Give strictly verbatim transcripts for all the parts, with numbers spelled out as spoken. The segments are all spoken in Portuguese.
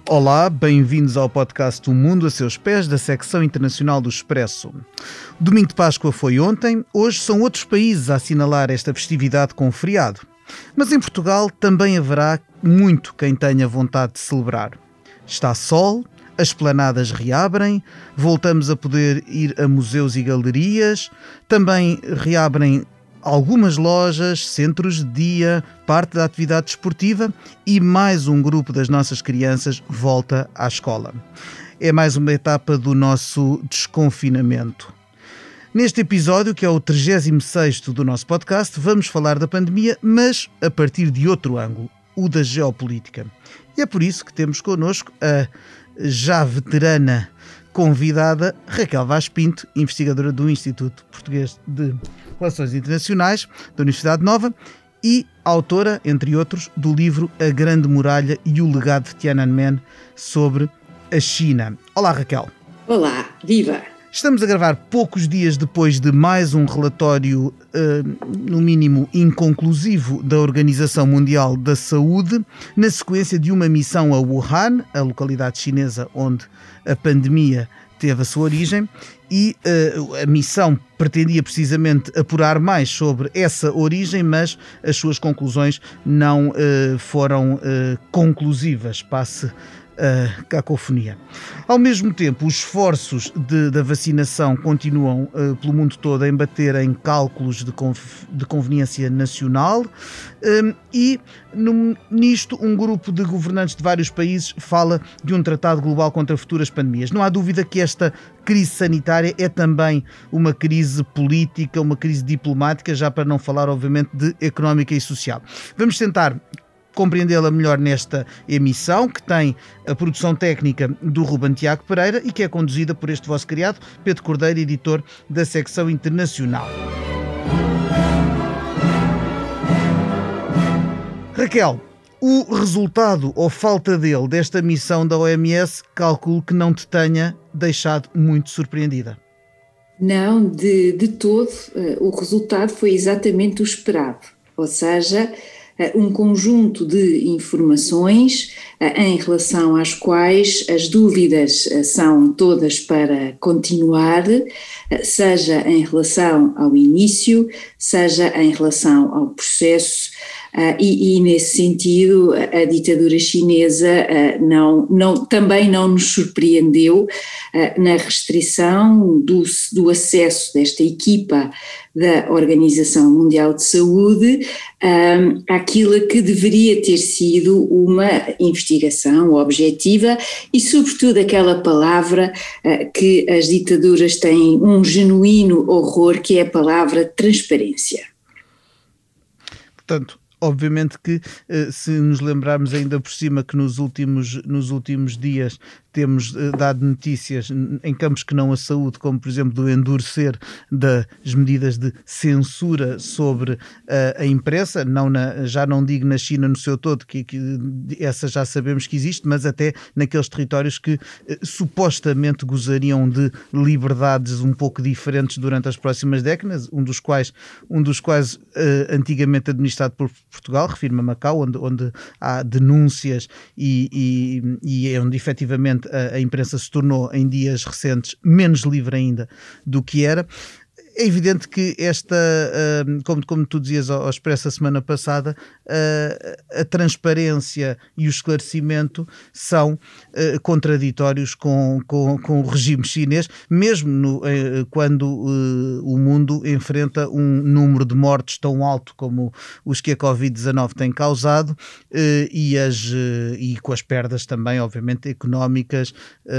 Olá, bem-vindos ao podcast O Mundo a Seus Pés, da secção internacional do Expresso. O domingo de Páscoa foi ontem, hoje são outros países a assinalar esta festividade com feriado. Mas em Portugal também haverá muito quem tenha vontade de celebrar. Está sol, as esplanadas reabrem, voltamos a poder ir a museus e galerias, também reabrem algumas lojas, centros de dia, parte da atividade desportiva e mais um grupo das nossas crianças volta à escola. É mais uma etapa do nosso desconfinamento. Neste episódio, que é o trigésimo sexto do nosso podcast, vamos falar da pandemia, mas a partir de outro ângulo, o da geopolítica. E é por isso que temos connosco a já veterana convidada Raquel Vaz Pinto, investigadora do Instituto Português de Relações Internacionais da Universidade Nova e autora, entre outros, do livro A Grande Muralha e o Legado de Tiananmen sobre a China. Olá, Raquel. Olá, viva! Estamos a gravar poucos dias depois de mais um relatório, uh, no mínimo inconclusivo, da Organização Mundial da Saúde, na sequência de uma missão a Wuhan, a localidade chinesa onde a pandemia teve a sua origem, e uh, a missão pretendia precisamente apurar mais sobre essa origem, mas as suas conclusões não uh, foram uh, conclusivas, passe a cacofonia. Ao mesmo tempo, os esforços de, da vacinação continuam uh, pelo mundo todo a embater em cálculos de, conf, de conveniência nacional um, e no, nisto um grupo de governantes de vários países fala de um tratado global contra futuras pandemias. Não há dúvida que esta crise sanitária é também uma crise política, uma crise diplomática, já para não falar, obviamente, de económica e social. Vamos tentar compreendê-la melhor nesta emissão, que tem a produção técnica do Ruben Tiago Pereira e que é conduzida por este vosso criado, Pedro Cordeiro, editor da secção internacional. Raquel, o resultado ou falta dele desta missão da O M S, calculo que não te tenha deixado muito surpreendida. Não, de, de todo, o resultado foi exatamente o esperado, ou seja, um conjunto de informações em relação às quais as dúvidas são todas para continuar, seja em relação ao início, seja em relação ao processo, e, e nesse sentido a ditadura chinesa não, não, também não nos surpreendeu na restrição do, do acesso desta equipa da Organização Mundial de Saúde um, àquilo que deveria ter sido uma investigação objetiva e sobretudo aquela palavra uh, que as ditaduras têm um genuíno horror, que é a palavra transparência. Portanto, obviamente que se nos lembrarmos ainda por cima que nos últimos, nos últimos dias temos dado notícias em campos que não a saúde, como por exemplo do endurecer das medidas de censura sobre a, a imprensa, não na, já não digo na China no seu todo, que, que essa já sabemos que existe, mas até naqueles territórios que eh, supostamente gozariam de liberdades um pouco diferentes durante as próximas décadas, um dos quais, um dos quais eh, antigamente administrado por Portugal, refiro-me a Macau, onde, onde há denúncias e, e, e é onde efetivamente a, a imprensa se tornou em dias recentes menos livre ainda do que era. É evidente que esta, como, como tu dizias ao Expresso a semana passada, a, a transparência e o esclarecimento são contraditórios com, com, com o regime chinês, mesmo no, quando o mundo enfrenta um número de mortes tão alto como os que a covid dezanove tem causado e, as, e com as perdas também, obviamente, económicas,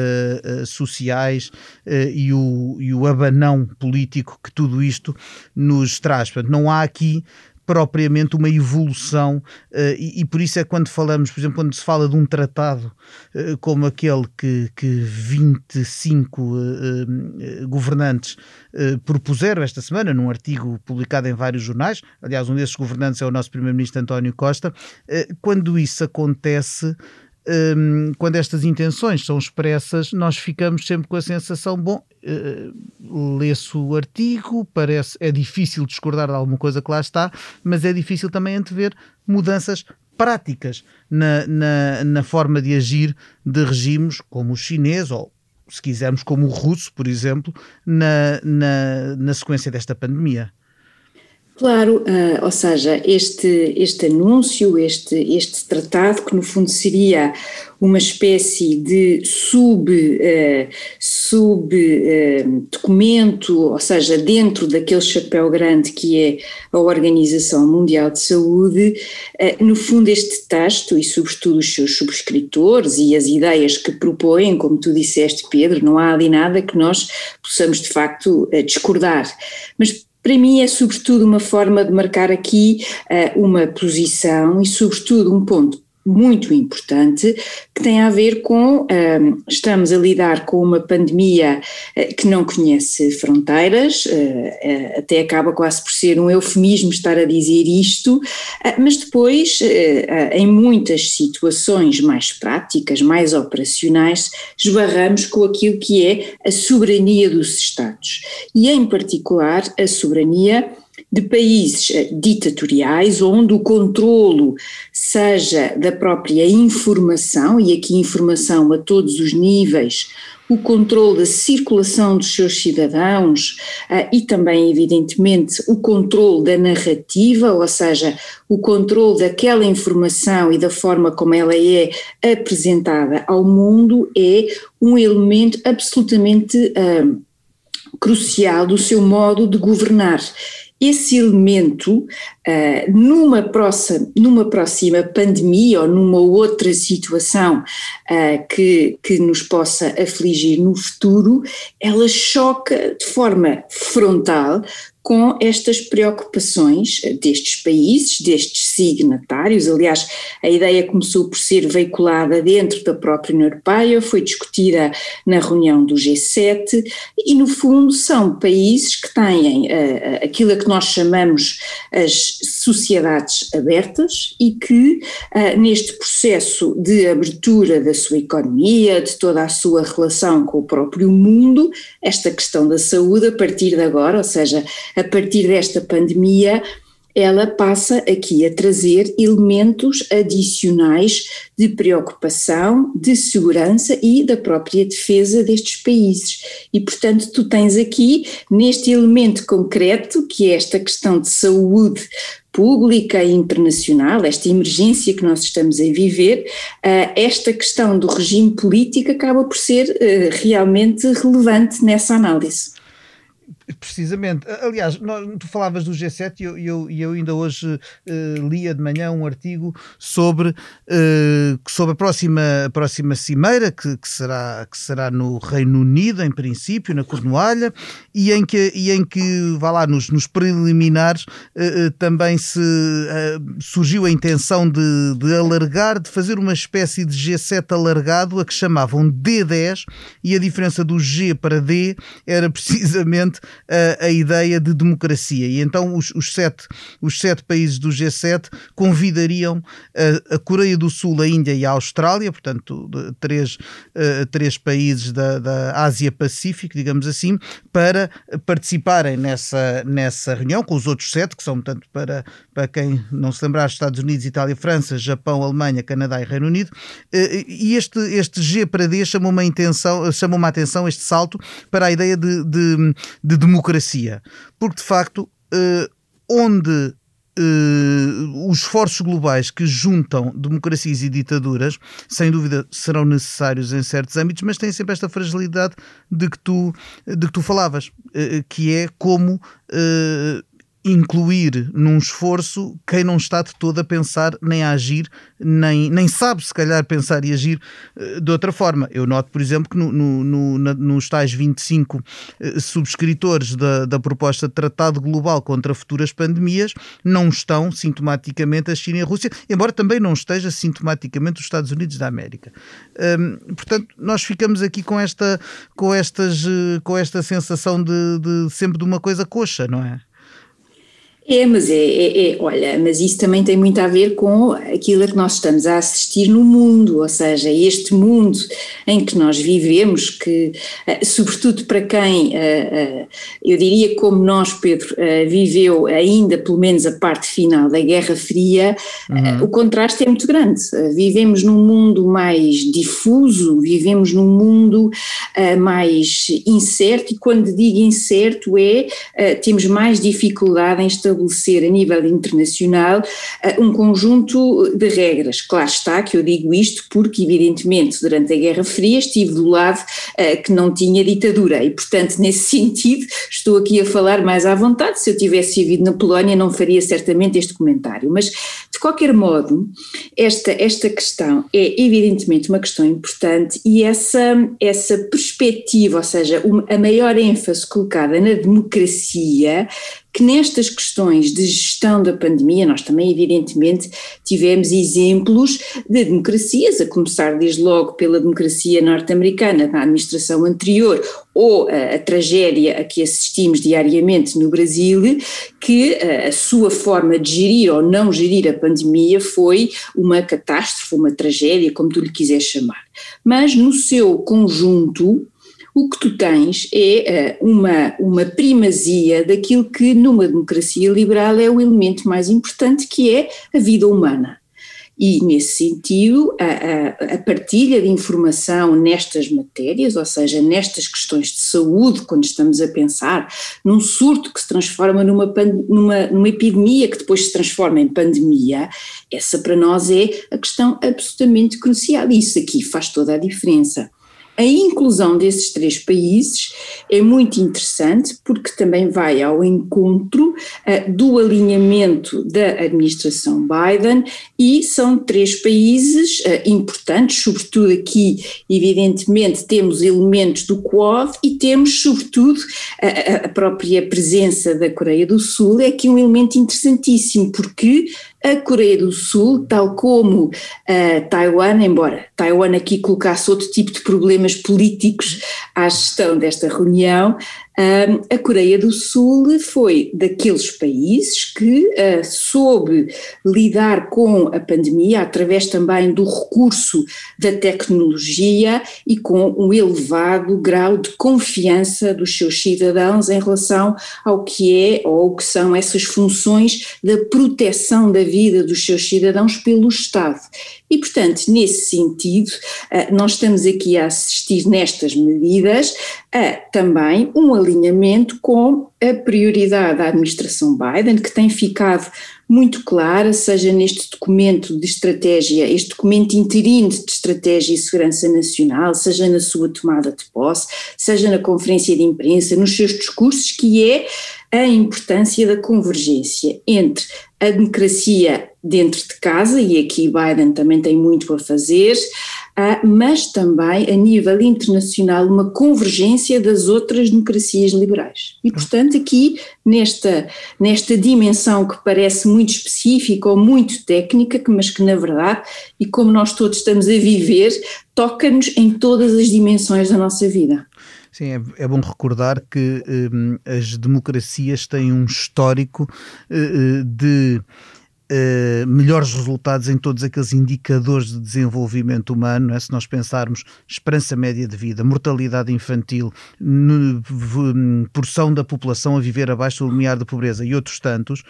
sociais e o, e o abanão político que tudo isto nos traz. Portanto, não há aqui propriamente uma evolução uh, e, e por isso é quando falamos, por exemplo, quando se fala de um tratado uh, como aquele que, que vinte e cinco uh, uh, governantes uh, propuseram esta semana, num artigo publicado em vários jornais, aliás um desses governantes é o nosso primeiro-ministro António Costa, uh, quando isso acontece, Um, quando estas intenções são expressas, nós ficamos sempre com a sensação, bom, uh, lê-se o artigo, parece, é difícil discordar de alguma coisa que lá está, mas é difícil também antever mudanças práticas na, na, na forma de agir de regimes como o chinês ou, se quisermos, como o russo, por exemplo, na, na, na sequência desta pandemia. Claro, uh, ou seja, este, este anúncio, este, este tratado, que no fundo seria uma espécie de sub, uh, sub uh, documento, ou seja, dentro daquele chapéu grande que é a Organização Mundial de Saúde, uh, no fundo este texto e sobretudo os seus subscritores e as ideias que propõem, como tu disseste, Pedro, não há ali nada que nós possamos de facto uh, discordar, mas para mim é sobretudo uma forma de marcar aqui uh, uma posição e sobretudo um ponto muito importante que tem a ver com, uh, estamos a lidar com uma pandemia uh, que não conhece fronteiras, uh, uh, até acaba quase por ser um eufemismo estar a dizer isto, uh, mas depois uh, uh, em muitas situações mais práticas, mais operacionais, esbarramos com aquilo que é a soberania dos Estados e em particular a soberania de países ditatoriais, onde o controlo seja da própria informação, e aqui informação a todos os níveis, o controle da circulação dos seus cidadãos uh, e também, evidentemente, o controle da narrativa, ou seja, o controle daquela informação e da forma como ela é apresentada ao mundo, é um elemento absolutamente uh, crucial do seu modo de governar. Esse elemento, uh, numa, próxima, numa próxima pandemia ou numa outra situação uh, que, que nos possa afligir no futuro, ela choca de forma frontal com estas preocupações destes países, destes signatários. Aliás, a ideia começou por ser veiculada dentro da própria União Europeia, foi discutida na reunião do G sete e, no fundo, são países que têm uh, aquilo a que nós chamamos as sociedades abertas e que, uh, neste processo de abertura da sua economia, de toda a sua relação com o próprio mundo, esta questão da saúde, a partir de agora, ou seja, a partir desta pandemia, ela passa aqui a trazer elementos adicionais de preocupação, de segurança e da própria defesa destes países. E, portanto, tu tens aqui, neste elemento concreto, que é esta questão de saúde pública e internacional, esta emergência que nós estamos a viver, esta questão do regime político acaba por ser realmente relevante nessa análise. Precisamente. Aliás, nós, tu falavas do G sete e eu, eu, eu ainda hoje uh, lia de manhã um artigo sobre, uh, sobre a, próxima, a próxima cimeira, que, que, será, que será no Reino Unido, em princípio, na Cornualha, e em que, e em que vá lá, nos, nos preliminares, uh, uh, também se uh, surgiu a intenção de, de alargar, de fazer uma espécie de G sete alargado, a que chamavam D dez, e a diferença do G para D era precisamente A, a ideia de democracia, e então os, os, sete, os sete países do G sete convidariam a, a Coreia do Sul, a Índia e a Austrália, portanto de, três, uh, três países da, da Ásia-Pacífico, digamos assim, para participarem nessa, nessa reunião com os outros sete, que são, portanto, para, para quem não se lembrar, Estados Unidos, Itália, França, Japão, Alemanha, Canadá e Reino Unido, uh, e este, este G para D chamou uma, intenção, chamou uma atenção, este salto, para a ideia de, de, de democracia, porque de facto uh, onde uh, os esforços globais que juntam democracias e ditaduras, sem dúvida serão necessários em certos âmbitos, mas têm sempre esta fragilidade de que tu, de que tu falavas, uh, que é como uh, incluir num esforço quem não está de todo a pensar nem a agir, nem, nem sabe se calhar pensar e agir uh, de outra forma. Eu noto, por exemplo, que no, no, no, na, nos tais vinte e cinco uh, subscritores da, da proposta de Tratado Global contra futuras pandemias não estão sintomaticamente a China e a Rússia, embora também não esteja sintomaticamente os Estados Unidos da América. Um, portanto, nós ficamos aqui com esta, com estas, uh, com esta sensação de, de sempre de uma coisa coxa, não é? É, mas é, é, é, olha, mas isso também tem muito a ver com aquilo a que nós estamos a assistir no mundo, ou seja, este mundo em que nós vivemos, que sobretudo para quem, eu diria como nós, Pedro, viveu ainda pelo menos a parte final da Guerra Fria, uhum. O contraste é muito grande. Vivemos num mundo mais difuso, vivemos num mundo mais incerto, e quando digo incerto é, temos mais dificuldade em estabelecer estabelecer a nível internacional uh, um conjunto de regras. Claro está que eu digo isto porque, evidentemente, durante a Guerra Fria estive do lado uh, que não tinha ditadura e, portanto, nesse sentido, estou aqui a falar mais à vontade. Se eu tivesse vivido na Polónia não faria certamente este comentário, mas, de qualquer modo, esta, esta questão é evidentemente uma questão importante e essa, essa perspectiva, ou seja, uma, a maior ênfase colocada na democracia, que nestas questões de gestão da pandemia, nós também evidentemente tivemos exemplos de democracias, a começar desde logo pela democracia norte-americana na administração anterior, ou a, a tragédia a que assistimos diariamente no Brasil, que a, a sua forma de gerir ou não gerir a pandemia foi uma catástrofe, uma tragédia, como tu lhe quiseres chamar. Mas no seu conjunto, o que tu tens é uh, uma, uma primazia daquilo que numa democracia liberal é o elemento mais importante, que é a vida humana. E nesse sentido, a, a, a partilha de informação nestas matérias, ou seja, nestas questões de saúde, quando estamos a pensar num surto que se transforma numa, numa, numa epidemia que depois se transforma em pandemia, essa para nós é a questão absolutamente crucial. E isso aqui faz toda a diferença. A inclusão desses três países é muito interessante porque também vai ao encontro uh, do alinhamento da administração Biden e são três países uh, importantes, sobretudo aqui evidentemente temos elementos do Quad e temos sobretudo a, a própria presença da Coreia do Sul, é aqui um elemento interessantíssimo porque a Coreia do Sul, tal como uh, Taiwan, embora Taiwan aqui colocasse outro tipo de problemas políticos à gestão desta reunião, uh, a Coreia do Sul foi daqueles países que uh, soube lidar com a pandemia através também do recurso da tecnologia e com um elevado grau de confiança dos seus cidadãos em relação ao que é ou ao que são essas funções da proteção da vida dos seus cidadãos pelo Estado. E, portanto, nesse sentido, nós estamos aqui a assistir nestas medidas a também um alinhamento com a prioridade da administração Biden, que tem ficado muito clara, seja neste documento de estratégia, este documento interino de estratégia e segurança nacional, seja na sua tomada de posse, seja na conferência de imprensa, nos seus discursos, que é a importância da convergência entre a democracia dentro de casa, e aqui Biden também tem muito a fazer, uh, mas também a nível internacional uma convergência das outras democracias liberais. E portanto aqui nesta, nesta dimensão que parece muito específica ou muito técnica, mas que na verdade, e como nós todos estamos a viver, toca-nos em todas as dimensões da nossa vida. Sim, é, é bom recordar que um, as democracias têm um histórico uh, de uh, melhores resultados em todos aqueles indicadores de desenvolvimento humano, não é? Se nós pensarmos esperança média de vida, mortalidade infantil, no, v, porção da população a viver abaixo do limiar da pobreza e outros tantos,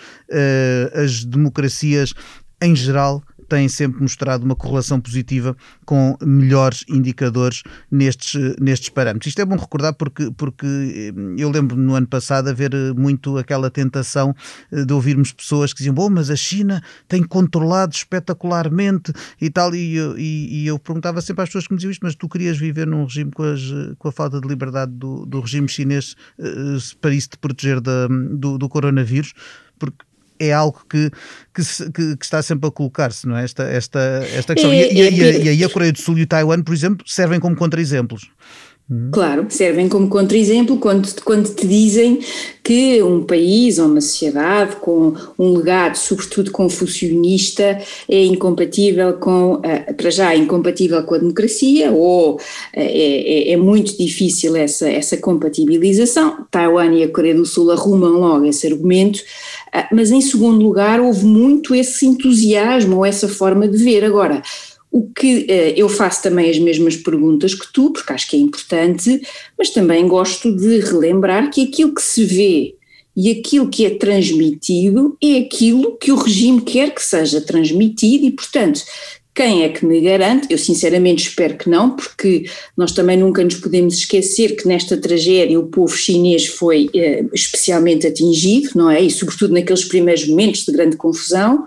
uh, as democracias em geral têm sempre mostrado uma correlação positiva com melhores indicadores nestes, nestes parâmetros. Isto é bom recordar porque, porque eu lembro no ano passado haver muito aquela tentação de ouvirmos pessoas que diziam, bom, mas a China tem controlado espetacularmente e tal, e, e, e eu perguntava sempre às pessoas que me diziam isto, mas tu querias viver num regime com, as, com a falta de liberdade do, do regime chinês para isso te proteger da, do, do coronavírus? Porque é algo que, que, que, que está sempre a colocar-se, não é? Esta, esta, esta questão. É, e, é, e, e, e aí a Coreia do Sul e o Taiwan, por exemplo, servem como contra-exemplos. Claro, servem como contra-exemplo quando, quando te dizem que um país ou uma sociedade com um legado, sobretudo confucionista, é incompatível com, para já, é incompatível com a democracia, ou é, é, é muito difícil essa, essa compatibilização. Taiwan e a Coreia do Sul arrumam logo esse argumento, mas em segundo lugar houve muito esse entusiasmo ou essa forma de ver. Agora, o que eu faço também as mesmas perguntas que tu, porque acho que é importante, mas também gosto de relembrar que aquilo que se vê e aquilo que é transmitido é aquilo que o regime quer que seja transmitido e, portanto, quem é que me garante? Eu sinceramente espero que não, porque nós também nunca nos podemos esquecer que nesta tragédia o povo chinês foi eh, especialmente atingido, não é? E sobretudo naqueles primeiros momentos de grande confusão.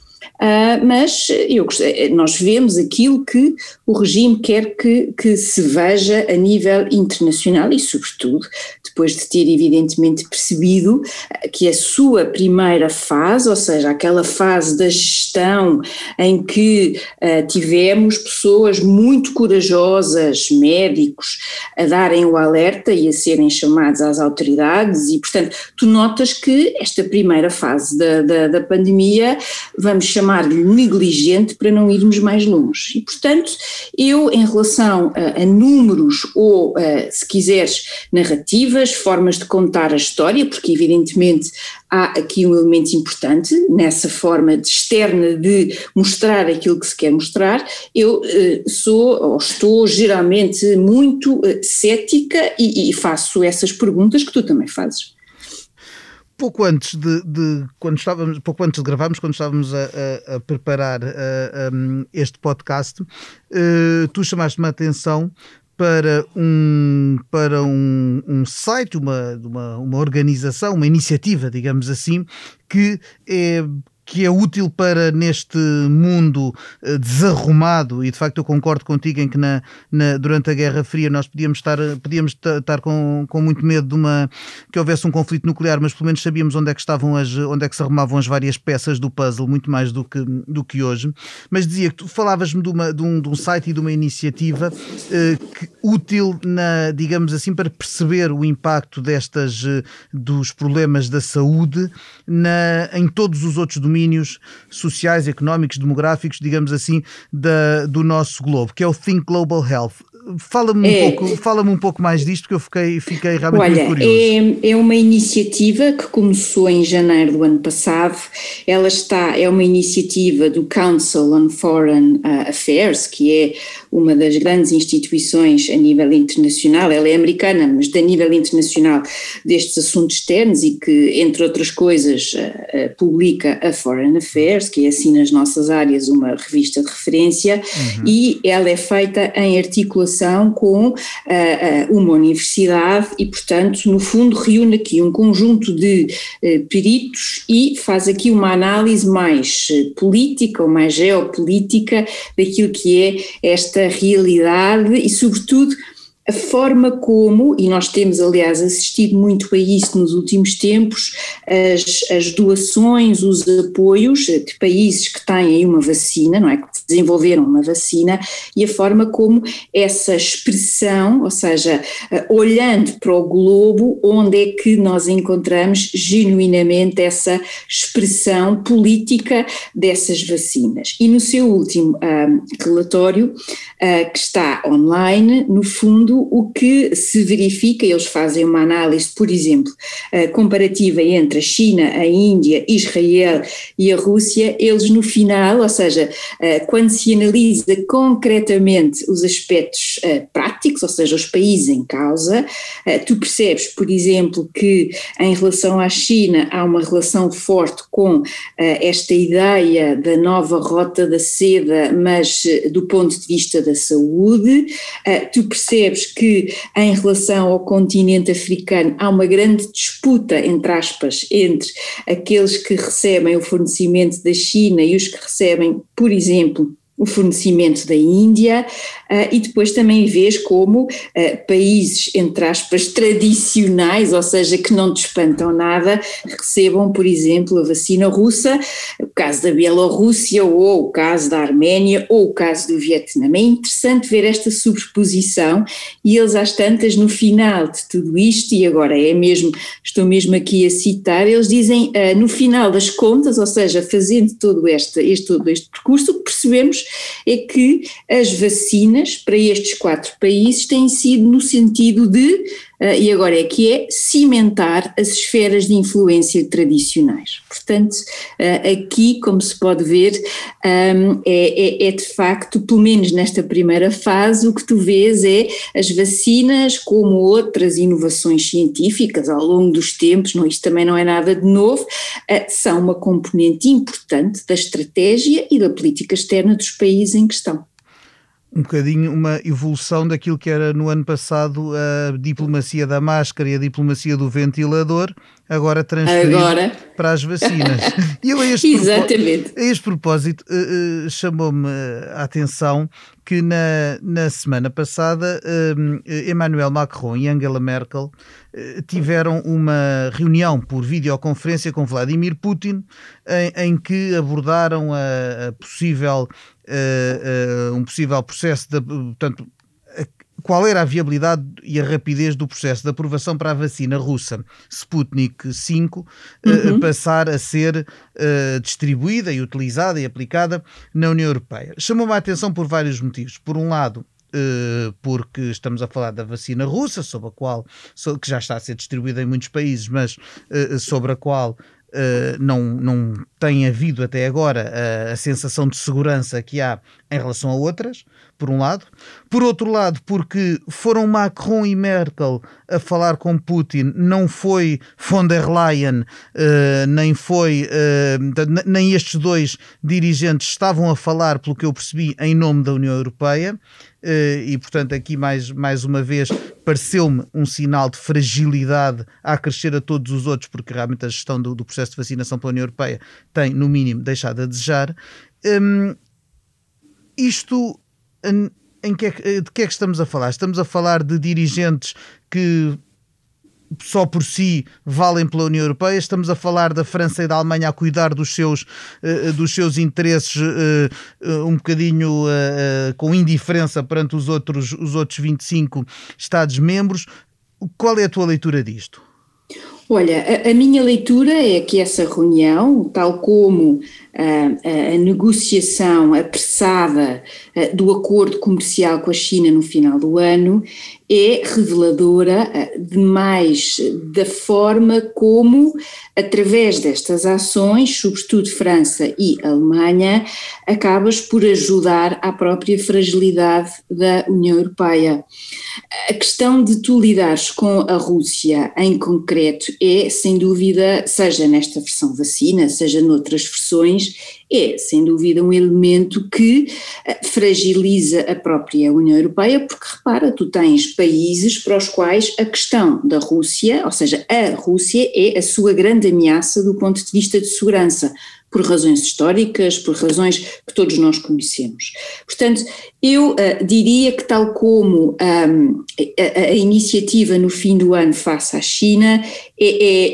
Uh, mas eu, nós vemos aquilo que o regime quer que, que se veja a nível internacional e, sobretudo, depois de ter evidentemente percebido que a sua primeira fase, ou seja, aquela fase da gestão em que uh, tivemos pessoas muito corajosas, médicos, a darem o alerta e a serem chamados às autoridades e, portanto, tu notas que esta primeira fase da, da, da pandemia, vamos chamar-lhe negligente para não irmos mais longe. E, portanto, eu, em relação a, a números ou, a, se quiseres, narrativas, formas de contar a história, porque evidentemente há aqui um elemento importante nessa forma de externa de mostrar aquilo que se quer mostrar, eu uh, sou ou estou geralmente muito uh, cética e, e faço essas perguntas que tu também fazes. Pouco antes de, de quando estávamos, pouco antes de gravarmos, quando estávamos a, a, a preparar a, a, este podcast, uh, tu chamaste-me a atenção para um, para um, um site, uma, uma, uma organização, uma iniciativa, digamos assim, que é que é útil para neste mundo uh, desarrumado, e de facto eu concordo contigo em que na, na, durante a Guerra Fria nós podíamos estar, podíamos estar com, com muito medo de uma, que houvesse um conflito nuclear, mas pelo menos sabíamos onde é que estavam as, onde é que se arrumavam as várias peças do puzzle, muito mais do que, do que hoje. Mas dizia que tu falavas-me de, uma, de, um, de um site e de uma iniciativa uh, que, útil, na, digamos assim, para perceber o impacto destas, uh, dos problemas da saúde na, em todos os outros domínios domínios sociais, económicos, demográficos, digamos assim, da, do nosso globo, que é o Think Global Health. Fala-me é, um pouco, fala-me um pouco mais disto, porque eu fiquei, fiquei realmente olha, muito curioso. É, é uma iniciativa que começou em janeiro do ano passado. Ela está, é uma iniciativa do Council on Foreign Affairs, que é uma das grandes instituições a nível internacional. Ela é americana, mas a nível internacional destes assuntos externos e que, entre outras coisas, publica a Foreign Affairs, que é assim nas nossas áreas uma revista de referência, uhum. E ela é feita em articulação com uh, uh, uma universidade e, portanto, no fundo reúne aqui um conjunto de uh, peritos e faz aqui uma análise mais uh, política ou mais geopolítica daquilo que é esta realidade e, sobretudo, a forma como, e nós temos aliás assistido muito a isso nos últimos tempos, as, as doações, os apoios de países que têm aí uma vacina, não é, que desenvolveram uma vacina, e a forma como essa expressão, ou seja, olhando para o globo, onde é que nós encontramos genuinamente essa expressão política dessas vacinas. E no seu último um, relatório, uh, que está online, no fundo, o que se verifica, eles fazem uma análise, por exemplo, comparativa entre a China, a Índia, Israel e a Rússia, eles no final, ou seja, quando se analisa concretamente os aspectos práticos, ou seja, os países em causa, tu percebes, por exemplo, que em relação à China há uma relação forte com esta ideia da nova rota da seda, mas do ponto de vista da saúde, tu percebes que em relação ao continente africano há uma grande disputa, entre aspas, entre aqueles que recebem o fornecimento da China e os que recebem, por exemplo, o fornecimento da Índia, uh, e depois também vês como uh, países, entre aspas, tradicionais, ou seja, que não te espantam nada, recebam, por exemplo, a vacina russa, o caso da Bielorrússia, ou o caso da Arménia, ou o caso do Vietnã. É interessante ver esta sobreposição, e eles às tantas, no final de tudo isto, e agora é mesmo, estou mesmo aqui a citar, eles dizem, uh, no final das contas, ou seja, fazendo todo este, este, todo este percurso, o que percebemos é que as vacinas para estes quatro países têm sido no sentido de, uh, e agora é que é, cimentar as esferas de influência tradicionais. Portanto, uh, aqui, como se pode ver, um, é, é, é de facto, pelo menos nesta primeira fase, o que tu vês é as vacinas, como outras inovações científicas ao longo dos tempos, não, isto também não é nada de novo, uh, são uma componente importante da estratégia e da política externa dos países em questão. Um bocadinho uma evolução daquilo que era no ano passado a diplomacia da máscara e a diplomacia do ventilador, agora transferido agora... para as vacinas. E eu a este, Exatamente. Propó- a este propósito uh, uh, chamou-me a atenção que na, na semana passada uh, Emmanuel Macron e Angela Merkel uh, tiveram uma reunião por videoconferência com Vladimir Putin em, em que abordaram a, a possível Uh, uh, um possível processo de, portanto, qual era a viabilidade e a rapidez do processo de aprovação para a vacina russa Sputnik cinco uhum. uh, passar a ser uh, distribuída e utilizada e aplicada na União Europeia. Chamou-me a atenção por vários motivos. Por um lado, uh, porque estamos a falar da vacina russa, sobre a qual, que já está a ser distribuída em muitos países, mas uh, sobre a qual Uh, não, não tem havido até agora uh, a sensação de segurança que há em relação a outras, por um lado. Por outro lado, porque foram Macron e Merkel a falar com Putin, não foi von der Leyen, uh, nem foi, uh, nem estes dois dirigentes estavam a falar, pelo que eu percebi, em nome da União Europeia. Uh, e portanto aqui mais, mais uma vez pareceu-me um sinal de fragilidade a acrescer a todos os outros, porque realmente a gestão do, do processo de vacinação pela União Europeia tem no mínimo deixado a desejar. Um, isto em, em que é, de que é que estamos a falar? Estamos a falar de dirigentes que só por si valem pela União Europeia. Estamos a falar da França e da Alemanha a cuidar dos seus, uh, dos seus interesses uh, uh, um bocadinho uh, uh, com indiferença perante os outros, os outros vinte e cinco Estados-membros. Qual é a tua leitura disto? Olha, a, a minha leitura é que essa reunião, tal como a, a, a negociação apressada a, do acordo comercial com a China no final do ano, é reveladora demais da forma como, através destas ações, sobretudo França e Alemanha, acabas por ajudar à própria fragilidade da União Europeia. A questão de tu lidares com a Rússia em concreto é, sem dúvida, seja nesta versão vacina, seja noutras versões, é, sem dúvida, um elemento que fragiliza a própria União Europeia, porque, repara, tu tens países para os quais a questão da Rússia, ou seja, a Rússia é a sua grande ameaça do ponto de vista de segurança, por razões históricas, por razões que todos nós conhecemos. Portanto, eu uh, diria que tal como um, a, a iniciativa no fim do ano face à China é,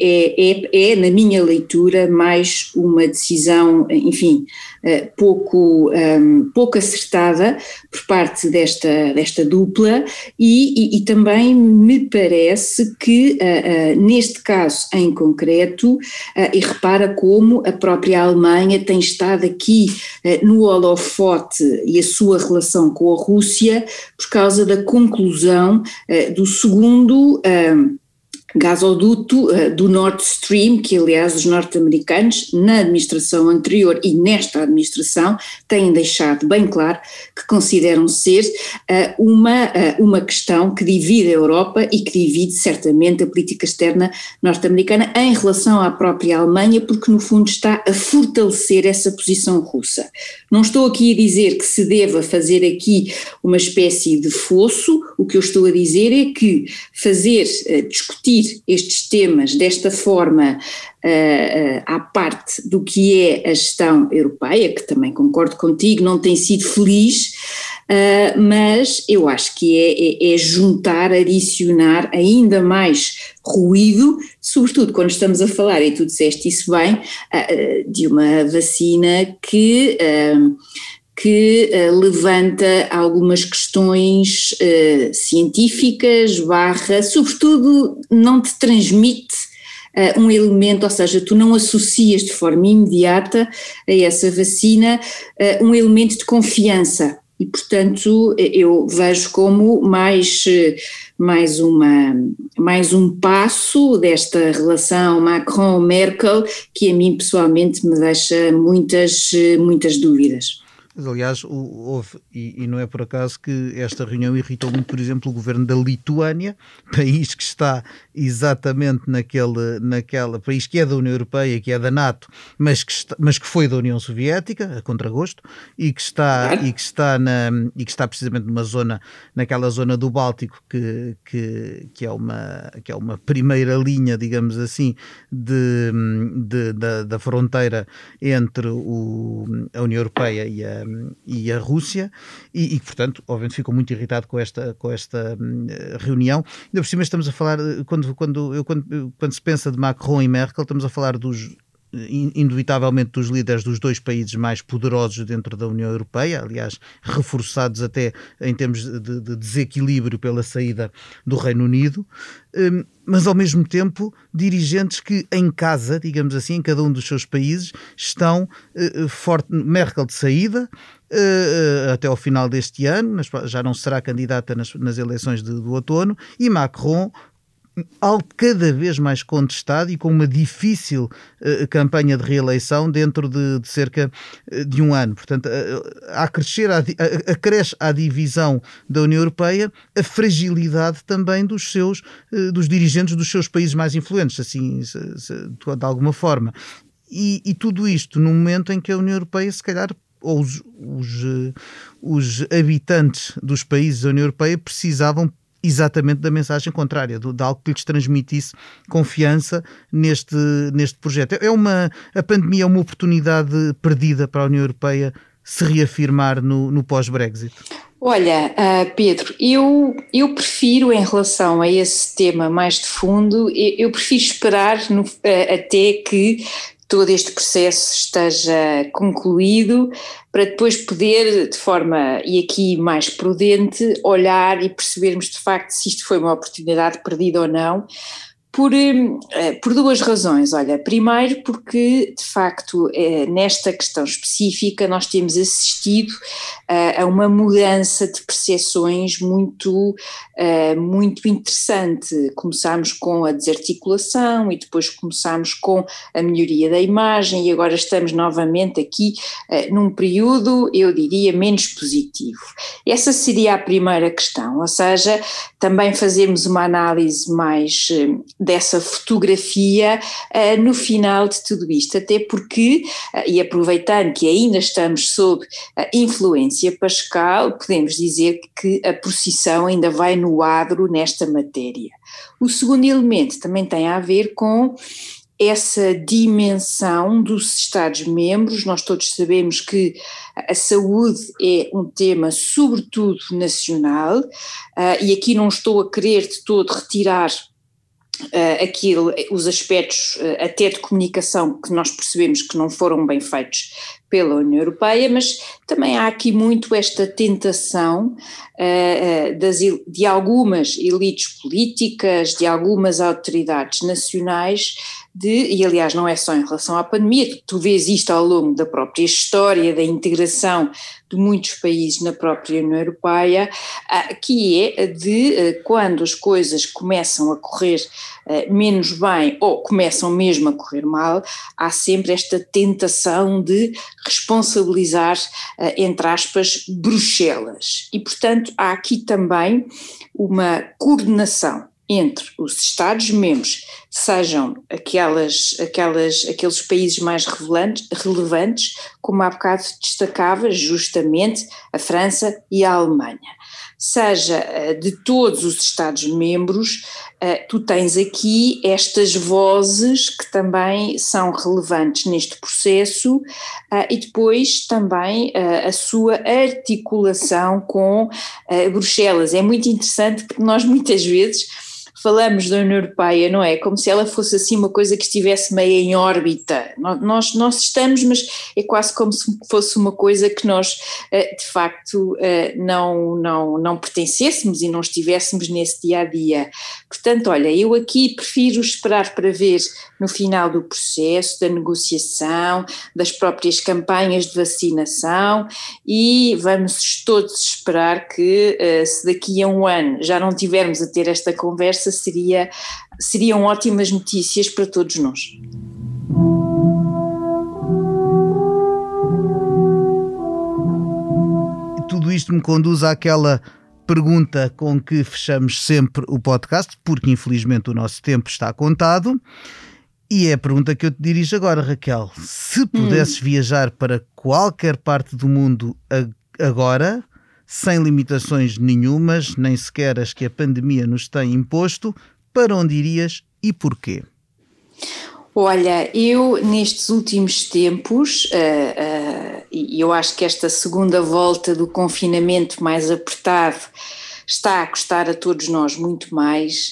é, é, é, é, na minha leitura, mais uma decisão, enfim, uh, pouco, um, pouco acertada por parte desta, desta dupla e, e, e também me parece que, uh, uh, neste caso em concreto, uh, e repara como a própria Alemanha tem estado aqui uh, no holofote e a sua relação com a Rússia por causa da conclusão uh, do segundo uh, gasoduto uh, do Nord Stream, que aliás os norte-americanos na administração anterior e nesta administração têm deixado bem claro que consideram ser uh, uma, uh, uma questão que divide a Europa e que divide certamente a política externa norte-americana em relação à própria Alemanha, porque no fundo está a fortalecer essa posição russa. Não estou aqui a dizer que se deva fazer aqui uma espécie de fosso O que eu estou a dizer é que fazer, discutir estes temas desta forma uh, uh, à parte do que é a gestão europeia, que também concordo contigo, não tem sido feliz, uh, mas eu acho que é, é, é juntar, adicionar ainda mais ruído, sobretudo quando estamos a falar, e tu disseste isso bem, uh, de uma vacina que... Uh, que uh, levanta algumas questões uh, científicas, barra, sobretudo não te transmite uh, um elemento, ou seja, tu não associas de forma imediata a essa vacina uh, um elemento de confiança e, portanto, eu vejo como mais, mais, uma, mais um passo desta relação Macron-Merkel que a mim pessoalmente me deixa muitas, muitas dúvidas. Mas, aliás, houve, e, e não é por acaso que esta reunião irritou muito, por exemplo, o governo da Lituânia, país que está exatamente naquele, naquela, país que é da União Europeia, que é da NATO, mas que, está, mas que foi da União Soviética, a contragosto, e que está, e que está, na, e que está precisamente numa zona, naquela zona do Báltico, que, que, que, é, uma, que é uma primeira linha, digamos assim, de, de, da, da fronteira entre o, a União Europeia e a e a Rússia, e, e portanto, obviamente ficou muito irritado com esta, com esta uh, reunião. Ainda por cima estamos a falar, quando, quando, eu, quando, quando se pensa de Macron e Merkel, estamos a falar dos indubitavelmente dos líderes dos dois países mais poderosos dentro da União Europeia, aliás, reforçados até em termos de, de desequilíbrio pela saída do Reino Unido, mas ao mesmo tempo dirigentes que em casa, digamos assim, em cada um dos seus países, estão forte, Merkel de saída, até ao final deste ano, já não será candidata nas, nas eleições de, do outono, e Macron algo cada vez mais contestado e com uma difícil uh, campanha de reeleição dentro de, de cerca de um ano. Portanto, uh, a crescer, a, a, acresce à divisão da União Europeia a fragilidade também dos seus, uh, dos dirigentes dos seus países mais influentes, assim, se, se, de alguma forma. E, e tudo isto num momento em que a União Europeia, se calhar, ou os, os, uh, os habitantes dos países da União Europeia precisavam exatamente da mensagem contrária, de, de algo que lhes transmitisse confiança neste, neste projeto. É uma, a pandemia é uma oportunidade perdida para a União Europeia se reafirmar no, no pós-Brexit. Olha, uh, Pedro, eu, eu prefiro, em relação a esse tema mais de fundo, eu, eu prefiro esperar no, uh, até que todo este processo esteja concluído, para depois poder, de forma, e aqui mais prudente, olhar e percebermos de facto se isto foi uma oportunidade perdida ou não, por, por duas razões. Olha, primeiro porque, de facto, nesta questão específica nós temos assistido a uma mudança de percepções muito, muito interessante. Começámos com a desarticulação e depois começámos com a melhoria da imagem e agora estamos novamente aqui num período, eu diria, menos positivo. Essa seria a primeira questão, ou seja, também fazermos uma análise mais dessa fotografia uh, no final de tudo isto, até porque, uh, e aproveitando que ainda estamos sob uh, influência pascal, podemos dizer que a procissão ainda vai no adro nesta matéria. O segundo elemento também tem a ver com essa dimensão dos Estados-membros. Nós todos sabemos que a saúde é um tema sobretudo nacional, uh, e aqui não estou a querer de todo retirar Uh, aquilo, os aspectos uh, até de comunicação que nós percebemos que não foram bem feitos pela União Europeia, mas também há aqui muito esta tentação uh, uh, das, de algumas elites políticas, de algumas autoridades nacionais, de, e aliás não é só em relação à pandemia, tu vês isto ao longo da própria história da integração de muitos países na própria União Europeia, que é de quando as coisas começam a correr menos bem ou começam mesmo a correr mal, há sempre esta tentação de responsabilizar, entre aspas, Bruxelas. E portanto há aqui também uma coordenação entre os Estados-membros, sejam aquelas, aquelas, aqueles países mais relevantes, como há bocado destacava justamente a França e a Alemanha. seja de todos os Estados-membros, tu tens aqui estas vozes que também são relevantes neste processo e depois também a sua articulação com Bruxelas. É muito interessante porque nós muitas vezes falamos da União Europeia, não é? Como se ela fosse assim uma coisa que estivesse meio em órbita. Nós, nós estamos, mas é quase como se fosse uma coisa que nós, de facto, não, não, não pertencêssemos e não estivéssemos nesse dia-a-dia. Portanto, olha, eu aqui prefiro esperar para ver no final do processo, da negociação, das próprias campanhas de vacinação e vamos todos esperar que, se daqui a um ano já não tivermos a ter esta conversa, Seria, seriam ótimas notícias para todos nós. Tudo isto me conduz àquela pergunta com que fechamos sempre o podcast, porque infelizmente o nosso tempo está contado, e é a pergunta que eu te dirijo agora, Raquel. Se pudesses hum. viajar para qualquer parte do mundo agora, sem limitações nenhumas, nem sequer as que a pandemia nos tem imposto, para onde irias e porquê? Olha, eu nestes últimos tempos, uh, uh, e eu acho que esta segunda volta do confinamento mais apertado está a custar a todos nós muito mais.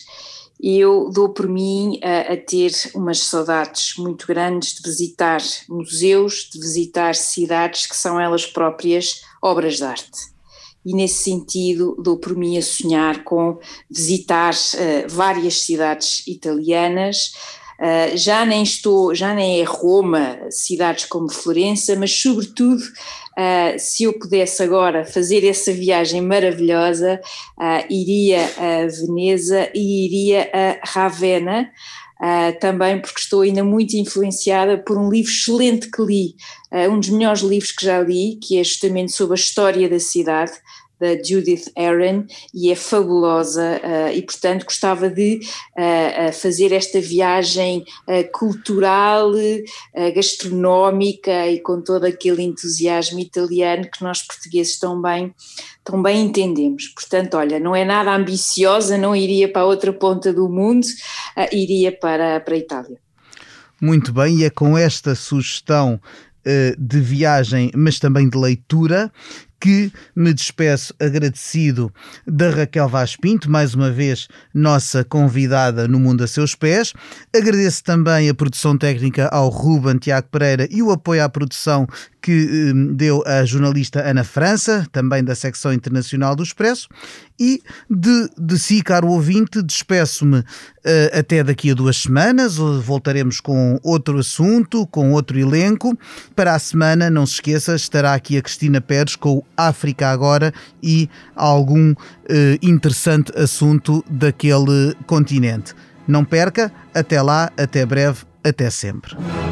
Eu dou por mim a, a ter umas saudades muito grandes de visitar museus, de visitar cidades que são elas próprias obras de arte. E nesse sentido dou por mim a sonhar com visitar uh, várias cidades italianas, uh, já nem estou, já nem é Roma, cidades como Florença, mas sobretudo uh, se eu pudesse agora fazer essa viagem maravilhosa, uh, iria a Veneza e iria a Ravenna, uh, também porque estou ainda muito influenciada por um livro excelente que li, uh, um dos melhores livros que já li, que é justamente sobre a história da cidade, da Judith Herron, e é fabulosa uh, e portanto gostava de uh, fazer esta viagem uh, cultural, uh, gastronómica e com todo aquele entusiasmo italiano que nós portugueses tão bem, tão bem entendemos. Portanto, olha, não é nada ambiciosa, não iria para a outra ponta do mundo, uh, iria para, para a Itália. Muito bem, e é com esta sugestão uh, de viagem, mas também de leitura, que me despeço agradecido da Raquel Vaz Pinto, mais uma vez nossa convidada no Mundo a Seus Pés. Agradeço também a produção técnica ao Ruben Tiago Pereira e o apoio à produção que um, deu a jornalista Ana França, também da secção internacional do Expresso. E de, de si, caro ouvinte, despeço-me uh, até daqui a duas semanas. Voltaremos com outro assunto, com outro elenco. Para a semana, não se esqueça, estará aqui a Cristina Pérez com o África Agora e algum uh, interessante assunto daquele continente. Não perca, até lá, até breve, até sempre.